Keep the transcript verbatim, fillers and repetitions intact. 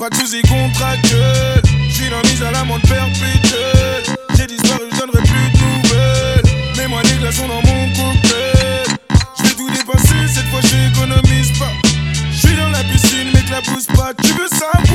soucis contractuels. J'suis dans mise à l'amende perpétuelle. J'ai disparu, j'donnerai plus de nouvelles. Mais moi les glaçons dans mon cocktail. J'vais tout dépasser, cette fois j'économise pas. J'suis dans la piscine mais que la pousse pas. Tu veux savoir?